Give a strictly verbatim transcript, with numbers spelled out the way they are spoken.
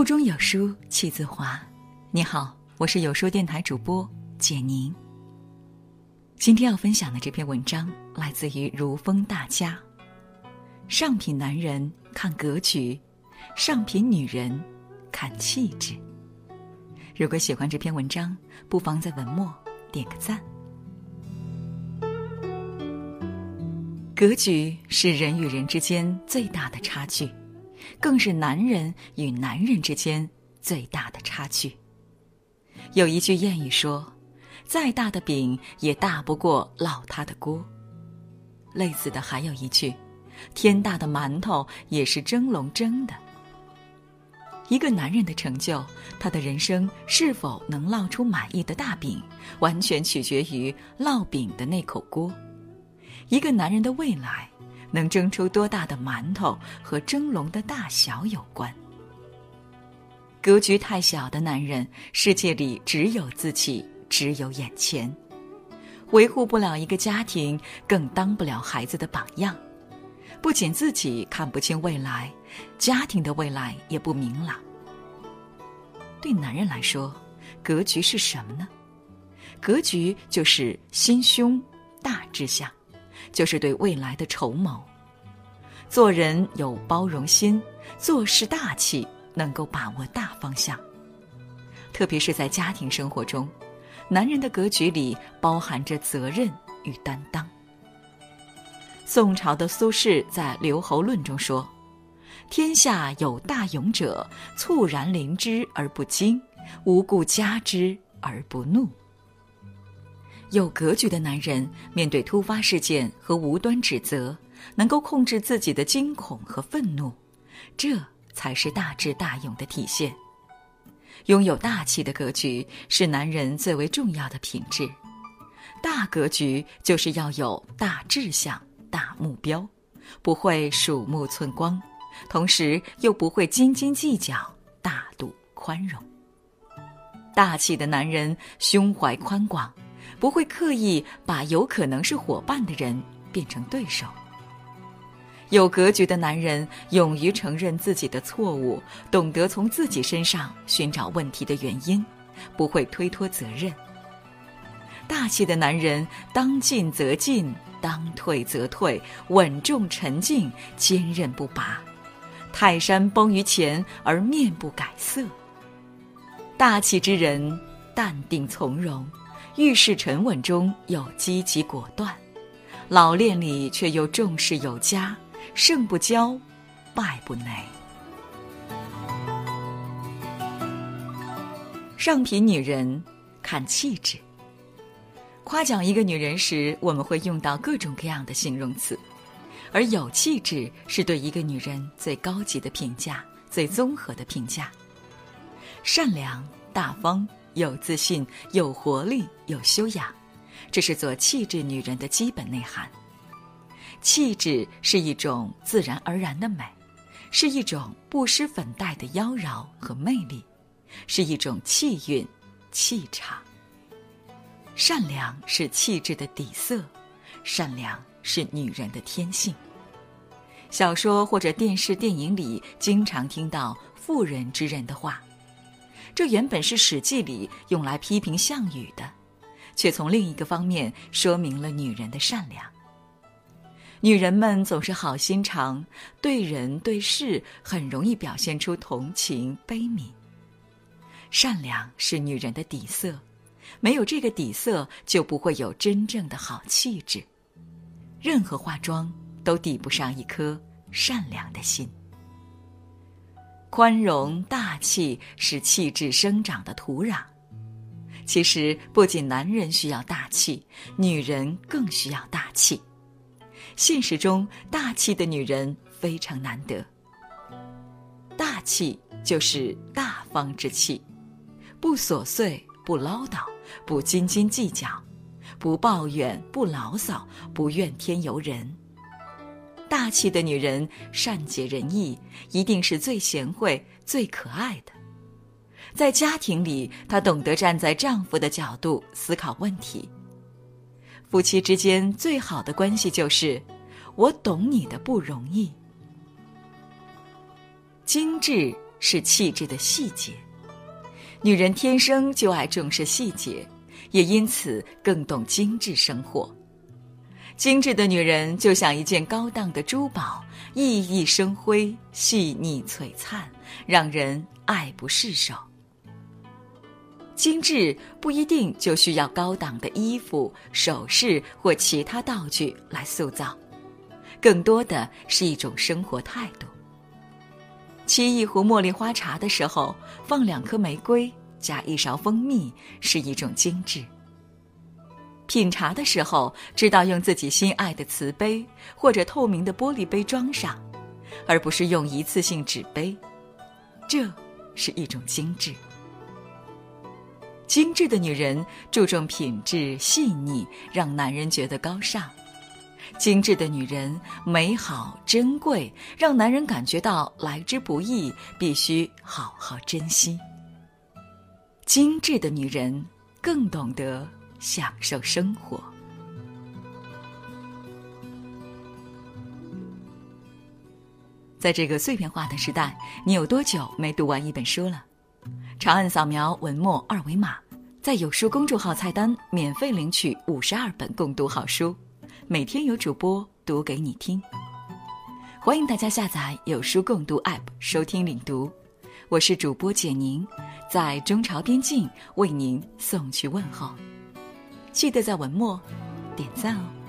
腹中有书气自华。你好，我是有书电台主播简宁。今天要分享的这篇文章来自于如风大家。上品男人看格局，上品女人看气质。如果喜欢这篇文章，不妨在文末点个赞。格局是人与人之间最大的差距，更是男人与男人之间最大的差距。有一句谚语说，再大的饼也大不过烙它的锅。类似的还有一句，天大的馒头也是蒸笼蒸的。一个男人的成就，他的人生是否能烙出满意的大饼，完全取决于烙饼的那口锅。一个男人的未来，能蒸出多大的馒头和蒸笼的大小有关。格局太小的男人，世界里只有自己，只有眼前，维护不了一个家庭，更当不了孩子的榜样。不仅自己看不清未来，家庭的未来也不明朗。对男人来说，格局是什么呢？格局就是心胸大志向，就是对未来的筹谋。做人有包容心，做事大气，能够把握大方向。特别是在家庭生活中，男人的格局里包含着责任与担当。宋朝的苏轼在《留侯论》中说，天下有大勇者，猝然临之而不惊，无故加之而不怒。有格局的男人，面对突发事件和无端指责，能够控制自己的惊恐和愤怒，这才是大智大勇的体现。拥有大气的格局是男人最为重要的品质。大格局就是要有大志向、大目标，不会鼠目寸光，同时又不会斤斤计较，大度宽容。大气的男人胸怀宽广，不会刻意把有可能是伙伴的人变成对手。有格局的男人勇于承认自己的错误，懂得从自己身上寻找问题的原因，不会推脱责任。大气的男人当进则进，当退则退，稳重沉静，坚韧不拔。泰山崩于前而面不改色。大气之人淡定从容，遇事沉稳中有积极果断，老练里却又重视有加，胜不骄，败不馁。上品女人看气质。夸奖一个女人时，我们会用到各种各样的形容词，而有气质是对一个女人最高级的评价，最综合的评价。善良、大方、有自信、有活力、有修养，这是做气质女人的基本内涵。气质是一种自然而然的美，是一种不施粉黛的妖娆和魅力，是一种气韵、气场。善良是气质的底色，善良是女人的天性。小说或者电视电影里经常听到妇人之仁的话，这原本是《史记》里用来批评项羽的，却从另一个方面说明了女人的善良。女人们总是好心肠，对人对事很容易表现出同情悲悯。善良是女人的底色，没有这个底色，就不会有真正的好气质。任何化妆都抵不上一颗善良的心。宽容大气是气质生长的土壤。其实不仅男人需要大气，女人更需要大气。现实中，大气的女人非常难得。大气就是大方之气，不琐碎，不唠叨，不斤斤计较，不抱怨，不牢骚，不怨天尤人。大气的女人善解人意，一定是最贤惠、最可爱的。在家庭里，她懂得站在丈夫的角度思考问题。夫妻之间最好的关系就是我懂你的不容易。精致是气质的细节。女人天生就爱重视细节，也因此更懂精致生活。精致的女人就像一件高档的珠宝，熠熠生辉，细腻璀璨，让人爱不释手。精致不一定就需要高档的衣服、首饰或其他道具来塑造，更多的是一种生活态度。沏一壶茉莉花茶的时候，放两颗玫瑰，加一勺蜂蜜，是一种精致。品茶的时候，知道用自己心爱的瓷杯或者透明的玻璃杯装上，而不是用一次性纸杯，这是一种精致。精致的女人注重品质细腻，让男人觉得高尚。精致的女人美好珍贵，让男人感觉到来之不易，必须好好珍惜。精致的女人更懂得享受生活。在这个碎片化的时代，你有多久没读完一本书了？长按扫描文末二维码，在有书公众号菜单免费领取五十二本共读好书，每天有主播读给你听。欢迎大家下载有书共读 App 收听领读，我是主播简宁，在中朝边境为您送去问候。记得在文末点赞哦。